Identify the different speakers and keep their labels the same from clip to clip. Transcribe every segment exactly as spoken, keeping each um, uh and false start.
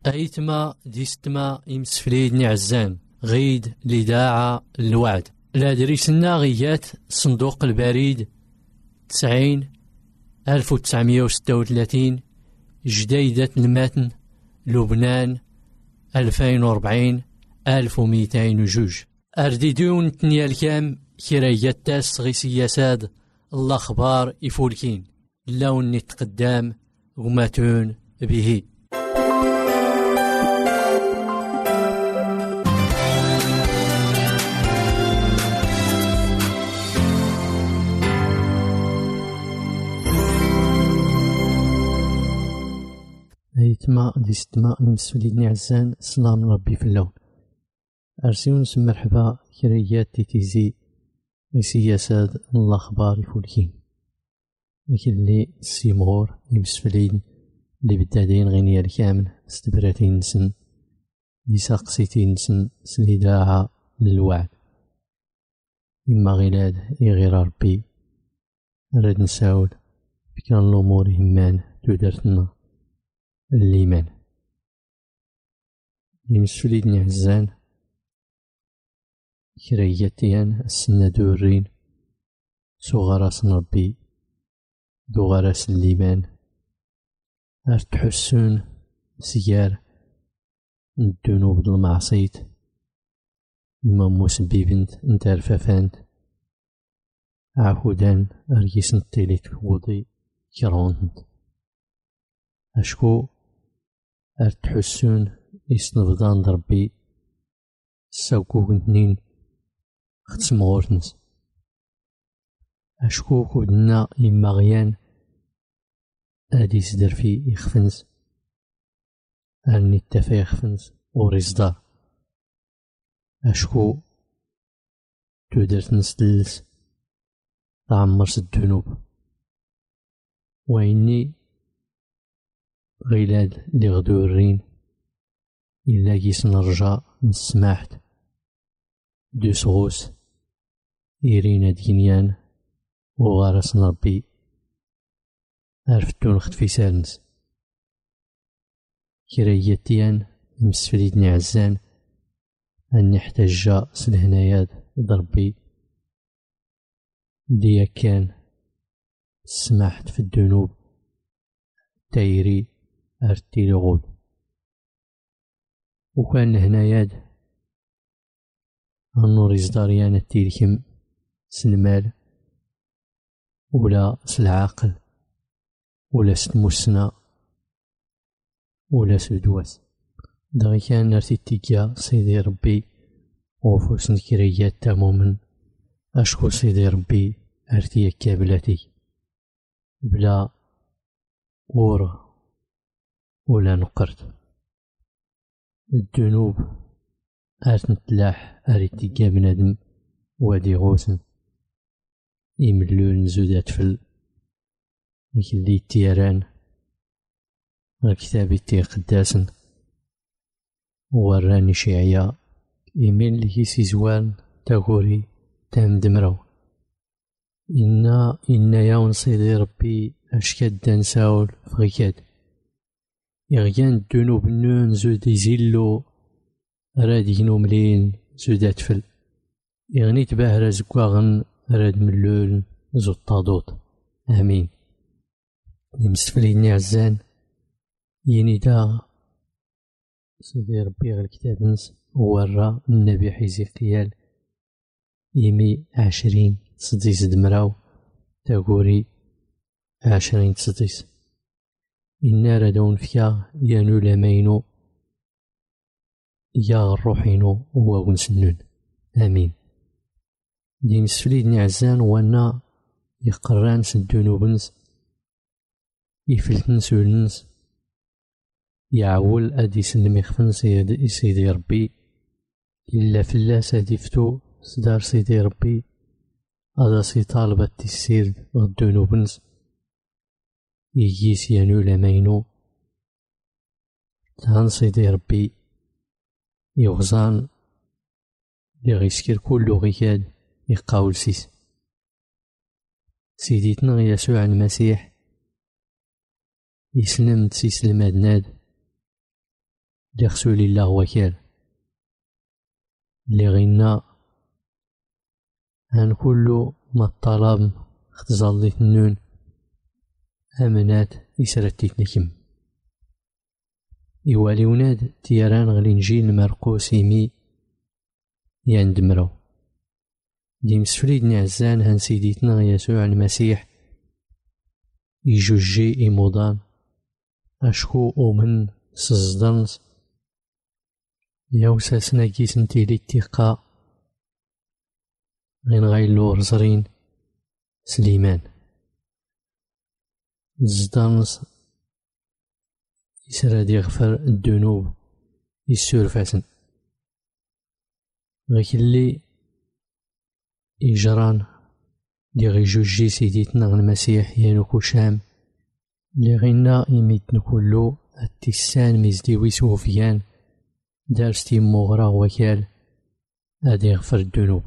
Speaker 1: أيتما ديستما يمسفليدني عزان غيد لداعة الوعد لا دريسنا غيات صندوق البريد تسعين ألف وتسعمية وستة وثلاثين جديدة المتن لبنان ألفين وربعين ألف ومئتين وجوج أرديدون تنيا الكام كرايات تاس غي سياساد الأخبار يفولكين اللون نتقدام وماتون به أيتما ديستما يمسوليدني عزان سلام ربي في اللون أرسيون سم مرحبا كريات تيتيزي سياسات الأخبار يفولكين لكن اللي سيمغور يمسفلين اللي بالتادين غينيا الكامل استبراتين نسن دي ساقسيتين نسن سليداعة للوعد إما غيلاد إغير ربي راد نساود بكان الأمور همان تودرتنا الليمان يمسفليدني عزان كرياتيان السنة دورين سوغراس ربي دو غراس الليمان أرتحسون سيار الذنوب المعصيت إما مسببنت انت رفافانت عهودان أريس نطيليت وضي كرونت أشكو أرتحسون يسنبضان ربي ساوكو كنتنين ختسم غورتنس أشكو كودنا إما غيان أدي سدر في يخفنس أني التفا يخفنس وريزدار أشكو تودرت نسدلس تعمرس الذنوب وإني غيلاد لي غدورين إلا كيس نرجع نسماحت دو سغوس إيرينا دينيان وغارس ربي عرفتو نخت في سالنس كراياتيان مسفليدني عزان أني احتاجا سلهنايات ضربي ديا كان سمحت في الذنوب تايري أرتي لغول وكان هناياد النور يزداريان التيلكم سلمال ولا سالعاقل ولا ستموسنا ولا سدواس دغي كان نرتي تيكيا سيدي ربي وفوس نكريات تامومن أشكو سيدي ربي أرتي كابلاتي بلا ور ولا نقرت الذنوب أرت نتلاح أريد تيكا بنادم وادي غوسن يملون زودات فل اللي تيران الكتاب تي قداسن وراني شيعيا يمين لي سيزوان تاغوري تام دمرو إنا إنا ياون سيدي ربي أشكاد دانساول فغيكاد يغيان الذنوب نون زود يزيلو راد ينو ملين زودات فل يغني تباهر زكواغن راد ملول زود طادوط آمين يمسفليني عزان يني دا سيدي ربي غير الكتاب نس ورا النبي حزقيال يمي عشرين سديس دمراو تاغوري عشرين سديس إنا ردون فيا يانو لامينو يا الروحينو هو ونسنون آمين دي مسفليدني عزان وانا يقران سدونوبنس يفلتن سولنس يعول أدي سلم يخفن سيدي, سيدي ربي إلا فلاس أدي فتو صدار سيدي ربي هذا سي طالبة تسير غدونوبنس يجيس يانو لامينو تهان سيدي ربي يغزان لغيسكر كلو غيكاد يقاول سيس سيديتنا يسوع المسيح يسلم تسيسلم أدناد لي خصو لله وكال لي غينا هان كلو ما الطلب اختزال النون امنات يسرتيت نكم يوالي وناد تيران غ الانجيل مرقوس يمي يندمرو ديم سفريد نعزان هان سيديتنا يسوع المسيح يجوجي إمودان أشكو أومن سزدنس يوساسنا كيس نتيلي التقاء غين غايلو رزرين سليمان زدنس يسراد يغفر الذنوب يسورفاسن غيك اللي إجران لي غيجوجي سيديتنا المسيح يانوكو شام لي غينا يميتن كلو التسان مزديوي سوفيان دارستي مغرا وكال ادي يغفر الذنوب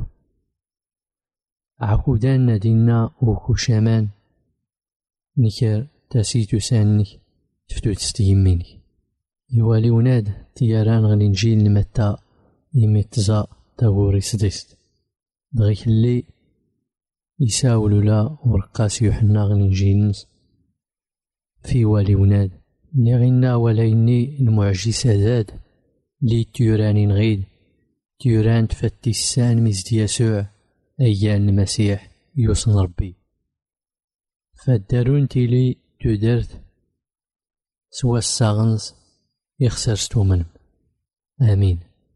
Speaker 1: عقودان نادينا وكو شامان نكر تاسيتو سانك تفتو تستيمينك يوالي وناد تياران غالينجيل نمتا يميتزا تاغوري سديست دغيك اللي يساولو لا ورقاس يوحنا غالينجيلنس في والي وناد لي غينا ولايني المعجزات لي تيوراني نغيد تيوران تفتيسان مزد يسوع أيان المسيح يوصن ربي فالدارون تيلي تودرت سوا الساغنس يخسر ستومن آمين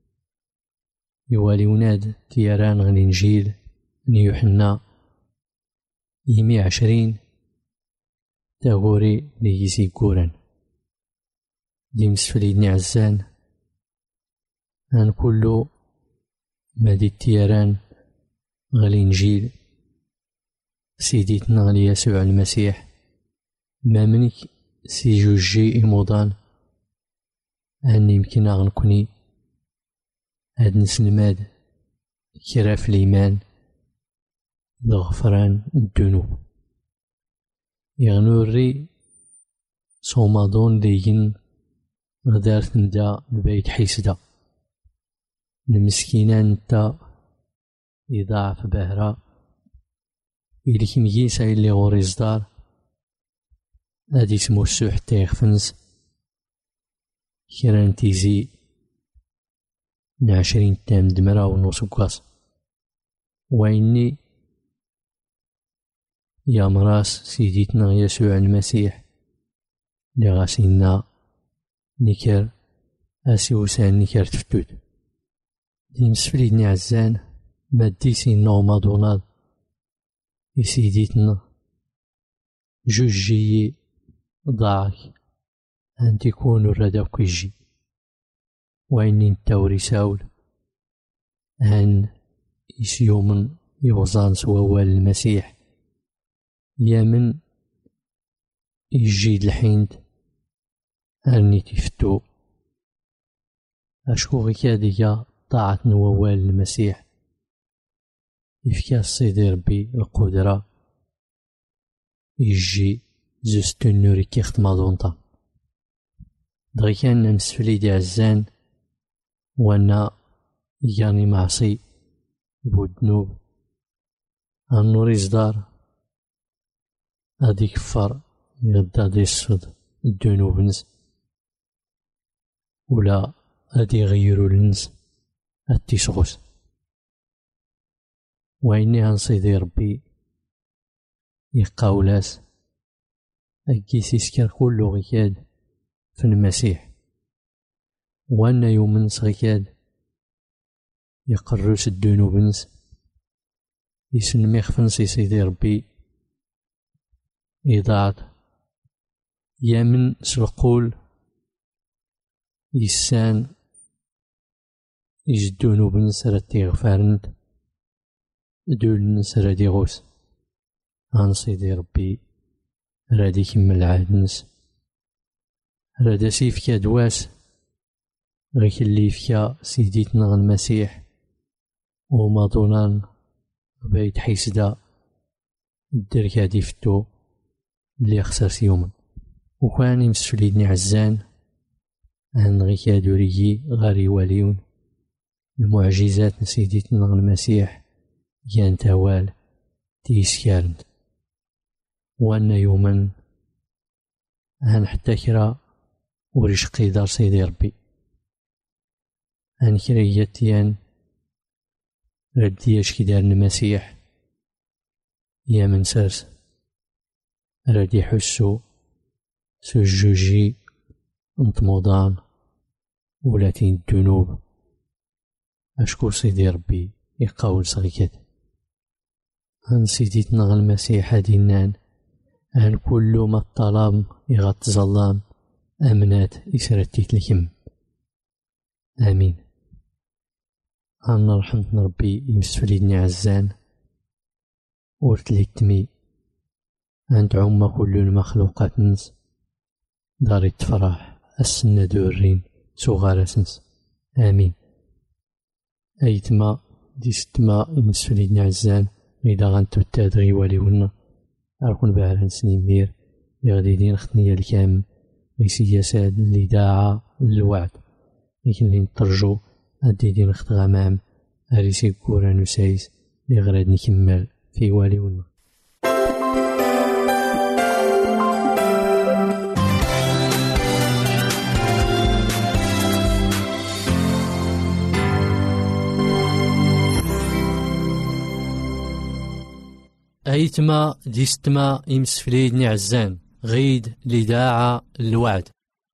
Speaker 1: يوالي وناد تياران غالينجيل نيوحنا يمي عشرين تاغوري ليسي كوران ديم سفليدني عزان هان كلو مادي التياران غالينجيل سيديتنا ليسوع المسيح ما منك سيجوجي إمودان أن يمكن غنكوني هاد نسلماد كرا في الإيمان لغفران الذنوب يغنوري صومادون ليين غدارت ندا البيت حيسدا المسكينة نتا يضاعف بهرا إليك مجيسا إلي غوري صدار هادي سموسو حتى يخفنس كيران تيزي نعشرين تام دمرا ونص كواس وإني يا مراس سيديتنا يسوع المسيح لغاسينا نكر أسيوسان نكر تفتوت ديم سفليدني عزان ماديسي نوما دوناد يسيديتنا جوجي ضاعك أن تكون الردى كيجي وإني نتاوري ساول أن يسيومن يوزان سوال المسيح يامن يجيد الحيند أرني تفتو أشكو غيكادية طاعة نوال المسيح يفكا الصيدي ربي القدرة يجي زوستو نوري كيخت ماضونتا دغي كان نمسفلي دي عزان وانا ياني معصي بودنوب النوري صدار هادي كفار يغدا دي الصد الدنوب نس ولا هادي غيرو لنس هاتي سغوس وإني هنصيدي ربي يقاولاس أكيس يسكر كلو غيكاد في المسيح وانا يومن صغيكاد يقرس الدنوب نس يسنمي خفنس يسيدي ربي إضاعت يامن سلقول يسان يجدونو بنس رتي غفارنت دول نس رادي غوس هانصيدي ربي رادي كمل العهد نس رادا سيفكا دواس غيك اللي فيا سيديتنا المسيح وماضونان بيت حيسدا الدركا ديفتو اللي خسر سيومن وكان يمسفليدني عزان أن غيكا دوريي غاري واليون المعجزات نسيديتنا المسيح يان توال تيسكارند وأن يوما أن حتى كرا وريش قيدار سيدي ربي أن كرياتيان ردياش كدار المسيح يا من سارس ردي حسو سجوجي انتموضان ولاتين الذنوب أشكو سيدي ربي يقاول صغيكات أن سيديتنا المسيح دينان أن كل ما الطلب يغط ظلام أمنات إسرتيت لكم آمين. أن رحمتنا ربي يمسفليدني عزان ورتليتمي أن تعم كل المخلوقات نس داري تفرح السنة دورين صغارسنس آمين. أيتما دي ستما يمسفليدني عزان إذا غنتو التادغي واليونا أركون بعران سنيمير لغدي دين ختنية الكام غيسياسات اللي داعا الوعد لكن اللي نترجو أدي دين خت غمام أريسي كوران وسايس لغراد نكمل في واليونا. أيتما ديستما يمسفليدني عزان غيد لداعة الوعد.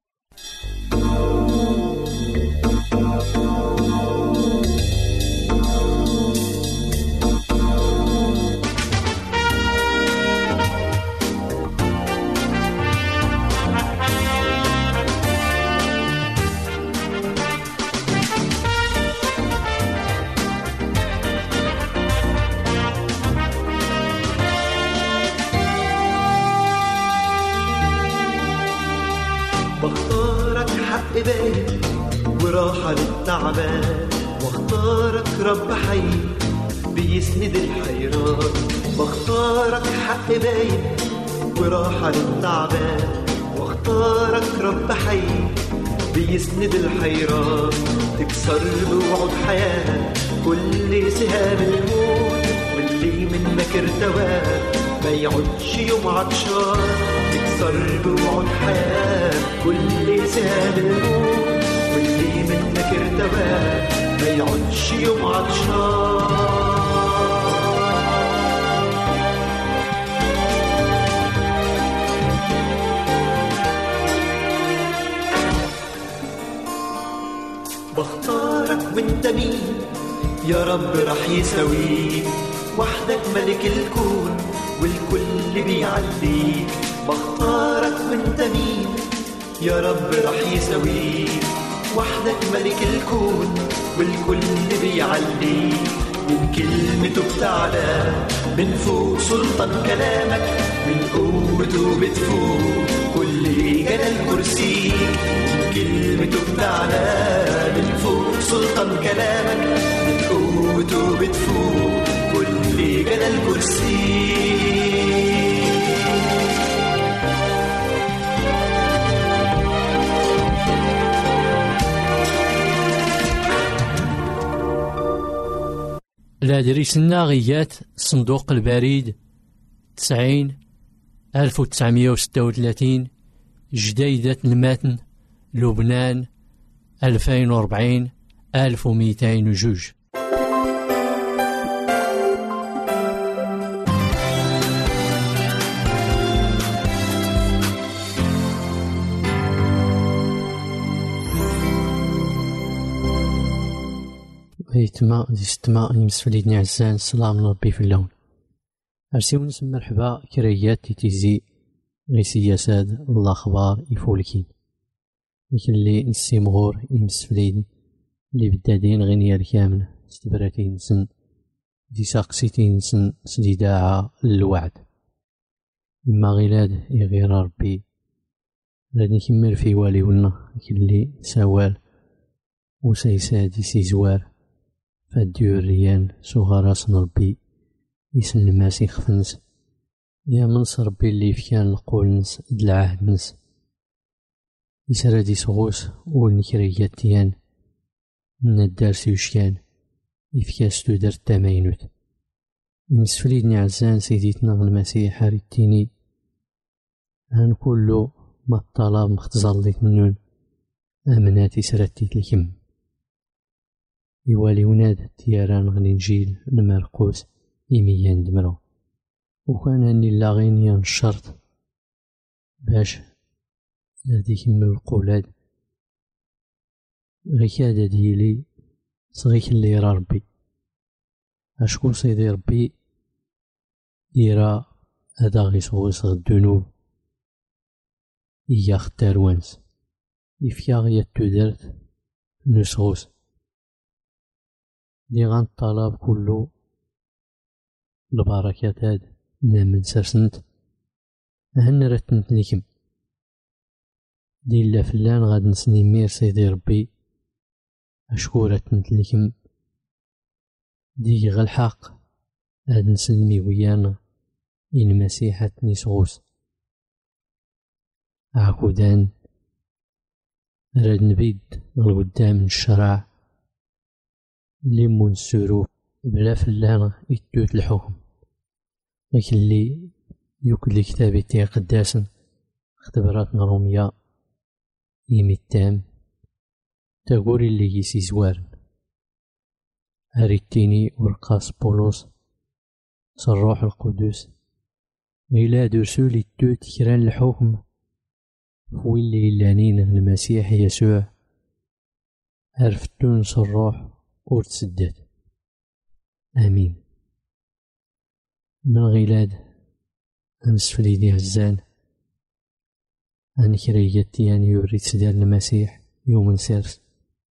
Speaker 2: بختارك حق باين وراحة للتعبان واختارك رب حي بيسند الحيران. بختارك حق باين وراحة للتعبان واختارك رب حي بيسند الحيران. تكسر بوعود حياة كل سهام الموت واللي منك ارتوى ما يعودش يوم عطشان. تكسر بوعود حياة كل سهام الموت واللي منك ارتوى ما يعودش يوم عطشان. بختارك وانت مين يا رب رح يساويك وحدك ملك الكون والكل بيعليك. بختارك وانت مين يا رب رح يساويك وحدك ملك الكون والكل بيعليك. من كلمته بتعلى من فوق سلطان كلامك من قوته بتفوق كل جلال كرسيك. من كلمته بتعلى من فوق سلطان كلامك من قوته بتفوق كل جلال كرسيك.
Speaker 1: الأدريسنا غيات صندوق البريد تسعين ألف وتسعمية وستة وثلاثين جديدة المتن لبنان ألفين وأربعين ألف ومئتين وجوج. أيتما ديستما يمسفليدني عزان السلام من ربي في اللون. أرسيو نسمى مرحبا كريات تيتيزي غي سياسات الأخبار يفولكين لكن اللي نسي مغور يمسفليدن اللي بدادين غنيار كامل ستبراتين سن دي ساقسيتين سن سديداعة للوعد. إما غيلاد يغير ربي لاني كمل في والي ولنا لكن اللي سوال وسيسادي سيزوار فاديو الريان سوغاراس ربي يسلم ماسي خفنس يا منص ربي اللي في كان القول نس دلعاه نس يسرى دي سغوس والنكريات تيان ندار سيوشكان إفكاس تودر تامينوت يمسفليد نعزان سيديتنا المسيح هاريتيني هان كلو ما الطلب مختزليت منون أمناتي سرتيت لكم يوالي وناد تياران غلينجيل المرقوس إيميان دمرو وكان هاني لاغين ينشرط باش هاديك من القولاد غيك هادا ديالي صغيك اللي يرى ربي أشكون سيدي ربي يرى هادا غيسغوس غدونوب إيا ختار وانس يفيا غيا تودرت نسغوس دي غان الطلب كله البركات هاد نامن سرسنت هن رتنت ليكم دي لا فلان غاد نسني مير سيدي ربي أشكو رتنت ليكم دي غا الحق هاد نسلمي ويانا إن مسيحة نسغوس عكودان راد نبيد القدام الشرع ليمون السروف بلا فلان يتوت الحكم لكن اللي يوكل كتابي تي قداسن اختبارات نروميا يمي التام تقول اللي يسي زوارن هاريتيني ورقاس بولوس صروح القدوس إلا درسولي التوت كران الحكم فويلي اللانين المسيح يسوع عرفتون صروح ورتسدد آمين. من غيلاد أمس فليدي هزان أن كريتيان يوري تسدال المسيح يوم سيرس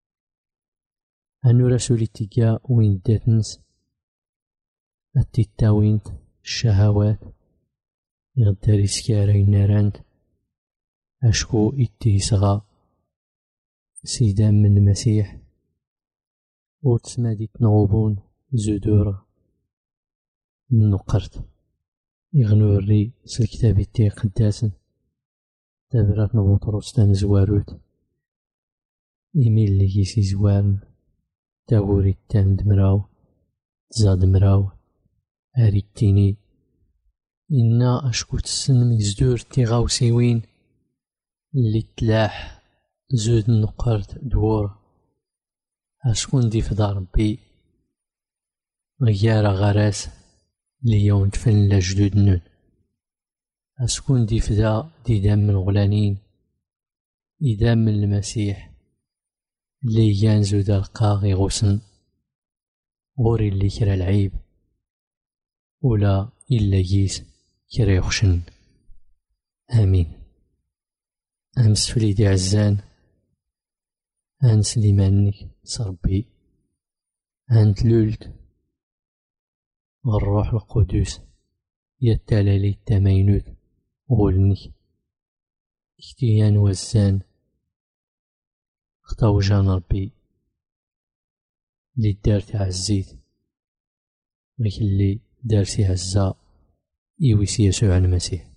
Speaker 1: أنو رسولي تيكا وين داتنس التتاوينت الشهوات يغداري سكاري ناراند أشكو إتيسغا سيدان من المسيح وتسمادي تنغوبون زدور من نقرت يغنوري سالكتابي تي قداسن تبرات نبوطروس تان زواروت إيميل لي يسي زوارن تاغوري تان دمراو تزاد مراو هاريتيني إنا أشكو تسن مزدور تي غاوسيوين اللي تلاح زود نقرت دور أشكون دي فدا ربي غيارة غراس ليون تفن لجدود نون أشكون دي فدا دي دام من غلانين إدام من المسيح اللي ينزو دا القاغي غسن غوري اللي كرا العيب ولا إلا ييس كرا يخشن آمين. أمس فليدي عزان أن سليمانك صربي أن تلولت الروح القدس يتالالي التمينوت غولنك اكتيان وزان اختاو جان ربي لي دارتي عزيت غيك اللي دارتي عزا إيويس يسوع المسيح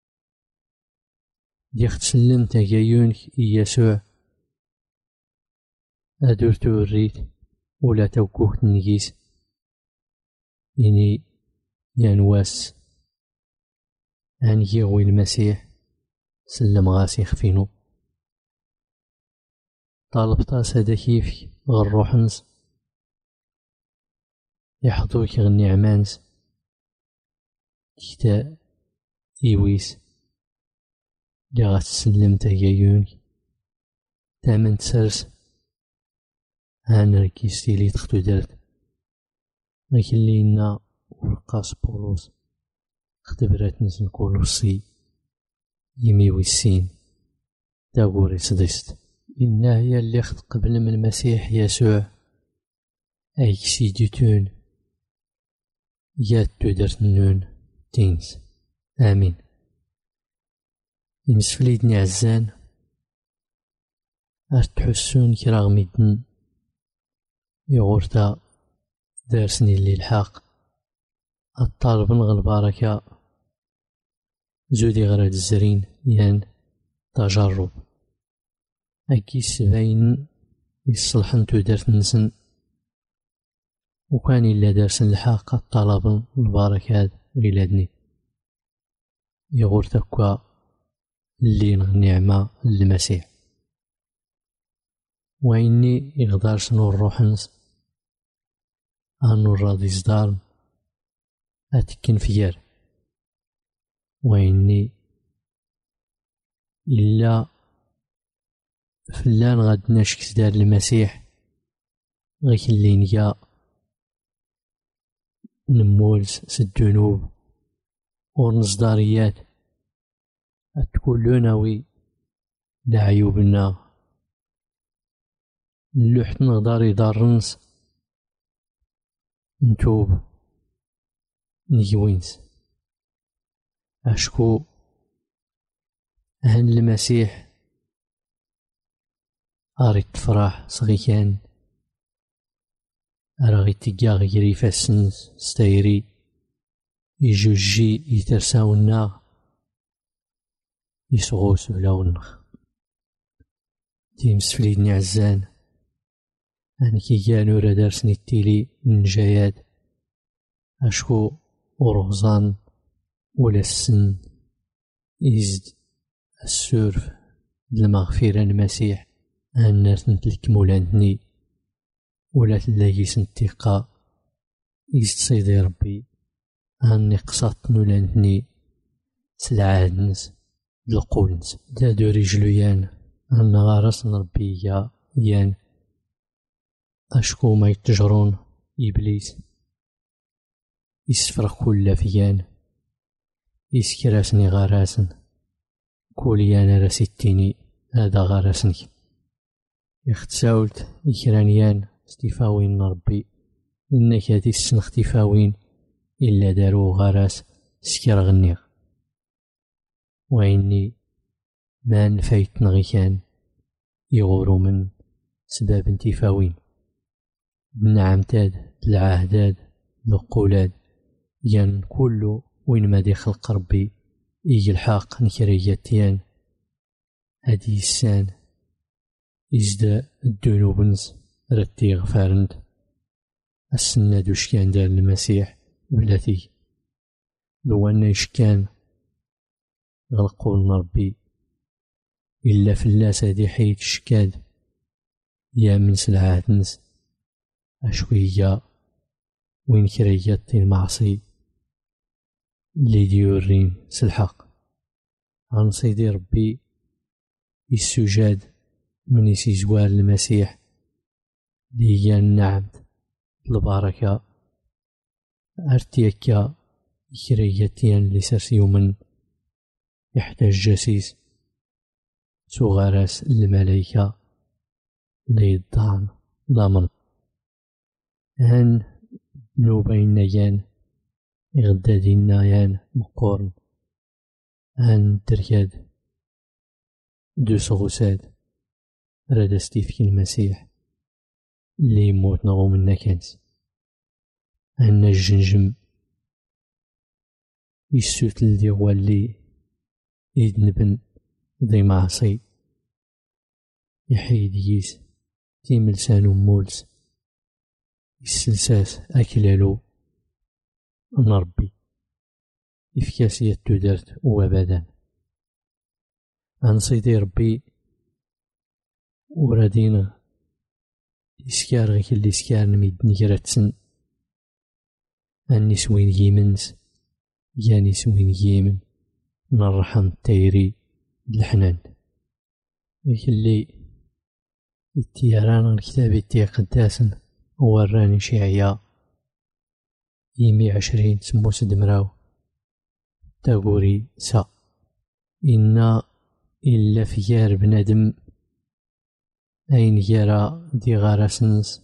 Speaker 1: ديخ تسلمت جايونك يسوع أدور توريت ولا توكوك تنجيس إني ينواس أن يغوي المسيح سلم غاسي خفينو طالبطاس هدا كيفك غير روحنس يحضوك غني عمانس كتا إيويس لي غتسلم تايايونك تامن تسرس هان ركيستي لي تختو دارت لكن لينا ورقاس بولوس اختبرات نسن كولوسي يمي ويسين تاغوري صديست إنا هي اللي خد قبل من المسيح يسوع أي كسيديتون يات تودرت نون تينس آمين. يمسفليدني عزان أرتحسون كراغ ميدن يغورتا دارسني اللي الحق الطالب نغ البركة زودي غراد الزرين يان تجرب أكي سبعين يصلحن تودرت نسن وكان إلا دارسن الحق طلب البركات غيلادني يغور تكوى اللي النعمة للمسيح وإني يقدر شنو الروحنس أنو راضي صدار أتكن فيار وإني إلا فلان غاد ناشك دار المسيح غيك اللي نيا نمولس سدنوب ورنصداريات أتكون لوناوي لعيوبنا نلوحت نقدر يدارنس نتوب نجوينس أشكو هن المسيح أريد تفرح صغي كان أراغي تيجا غيري فاسنس ستايري يجوجي يترساونا يسغوس ولا ونخ تيمس فليدني عزان أنا كي كانو راه دارسني التيلي نجايات أشكو ورغزان ولا السن يزد السورف المغفرة المسيح الناس نتلك مولانتني ولا تلاقي سنتيقا يزد سيدي ربي أني قصدت نولانتني سلعادنس دلقولنس دادو رجليان أن غارس ربي يا يان أشكو ما يتجرون إبليس يسفرق كل فيان يسكراسني غاراسن كوليانا راسيتيني هذا غاراسنك اختساولت إكرانيان استفاوين ربي إنك هذه السن اختفاوين إلا دارو غراس سكر غنيغ وإني ما نفايت نغي كان يغورو من سباب انتفاوين بالنعمتاد العهداد القولاد ين كله وين ما دي خلق ربي يجي الحق نكرياتيان هادي السان يزدا الدنوبنز ردي غفارند السنة دوش كان دار المسيح بلاتي لوانا يشكان غلقولنا ربي إلا فلاس هادي حيت شكاد يا من سلعاتنس أشوية وين كرياتي المعصي اللي ديورين سلحق عن سيدي ربي السجاد من يسي زوار المسيح لي النعم البركة أرتيكا كرياتيان لسرس يومن يحتاج جسيس سغراس الملايكة ليضان ضامن هن نوبين نيان إغدادين نايان مقورن هن تركاد دو سغساد ردستي في المسيح اللي يموت نغو من نكنس هن الجنجم يسوتل دي غوالي يدنبن ضي معصي يحيد يس تيملسان ومولس السلساس أكلالو نربي إفكاسية تدرت وابدا عن سيدي ربي ورادينا إسكار غيك اللي إسكار نميد نجرتسن أني سوين يمنس جاني سوين يمن نرحم تيري بالحنان غيك اللي التياران الكتاب التي قداسن وراني شيعيا يمي عشرين سموس دمراو تاغوري سا إنا إلا فيار بنادم أين يرى دي غارسنس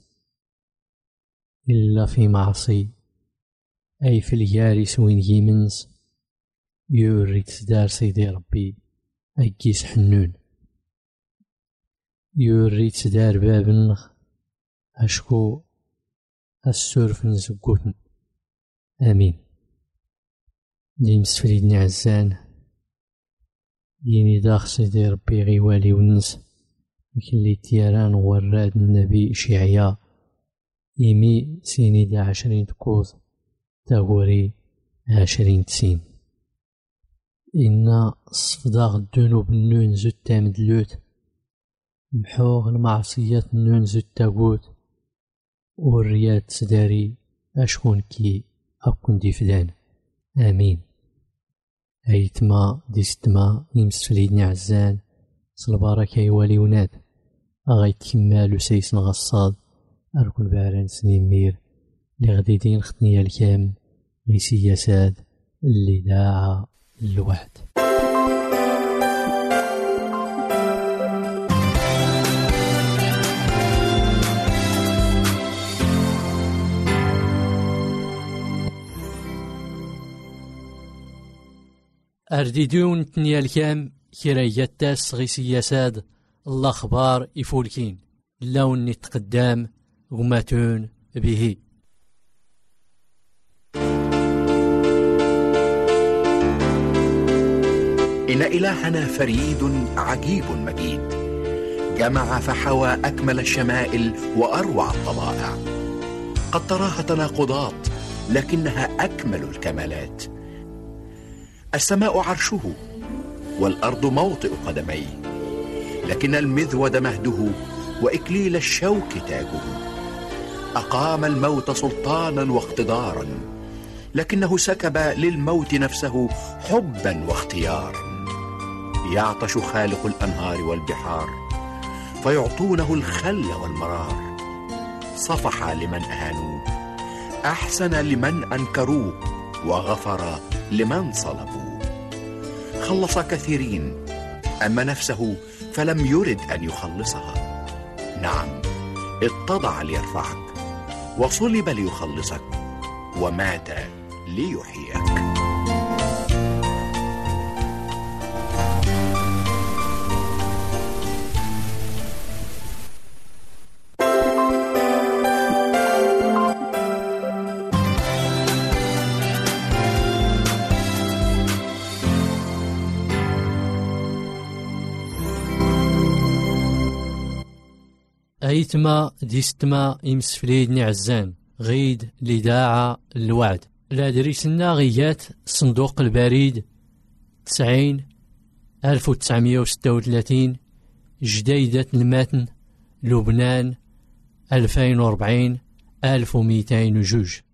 Speaker 1: إلا في معصي أي في اليار سوين يمنس يوري تدار سيدي ربي أكيس حنون يوري تدار بابن أشكو السورف نزقوتن آمين ديمس فريدني عزان يني داخ سيدي ربي غيوالي ونس اللي تيران وراد النبي إشعياء إيمي سينيدا عشرين تكوز تاغوري عشرين تسين إن صفداغ الذنوب نون زود تامد لوت محوغ المعصيات نون زود تاغوت والرياد سداري أشكون كي أكون دي فدان آمين. أيتما ديستما يمسفليدني عزان صلبارك يوالي وناد أغيت كمال وسيسن غصاد أركن بعران سنين مير لغديدين ختنيا الكام غيسي يساد اللي داعا الوعد. أرديدون تنيا الكام كرايات تاس غيسي يساد الله خبار يفولكين لون نتقدام غماتون به.
Speaker 3: إن إلهنا فريد عجيب مجيد، جمع فحوى أكمل الشمائل وأروع الطبائع. قد تراها تناقضات لكنها أكمل الكمالات. السماء عرشه والأرض موطئ قدميه، لكن المذود مهده وإكليل الشوك تاجه. أقام الموت سلطانا واقتدارا، لكنه سكب للموت نفسه حبا واختيارا. يعطش خالق الأنهار والبحار فيعطونه الخل والمرار. صفح لمن أهانوه، أحسن لمن أنكروه، وغفر لمن صلبوه. خلص كثيرين، أما نفسه فلم يرد أن يخلصها. نعم، اتضع ليرفعك، وصلب ليخلصك، ومات ليحييك.
Speaker 1: أيتما ديستما يمسفليدني عزان غيد لداعة الوعد. لا دريسنا غيات صندوق البريد تسعين ألف وتسعمية وستة وثلاثين جديدة المتن لبنان ألفين وربعين ألف ومئتين وجوج.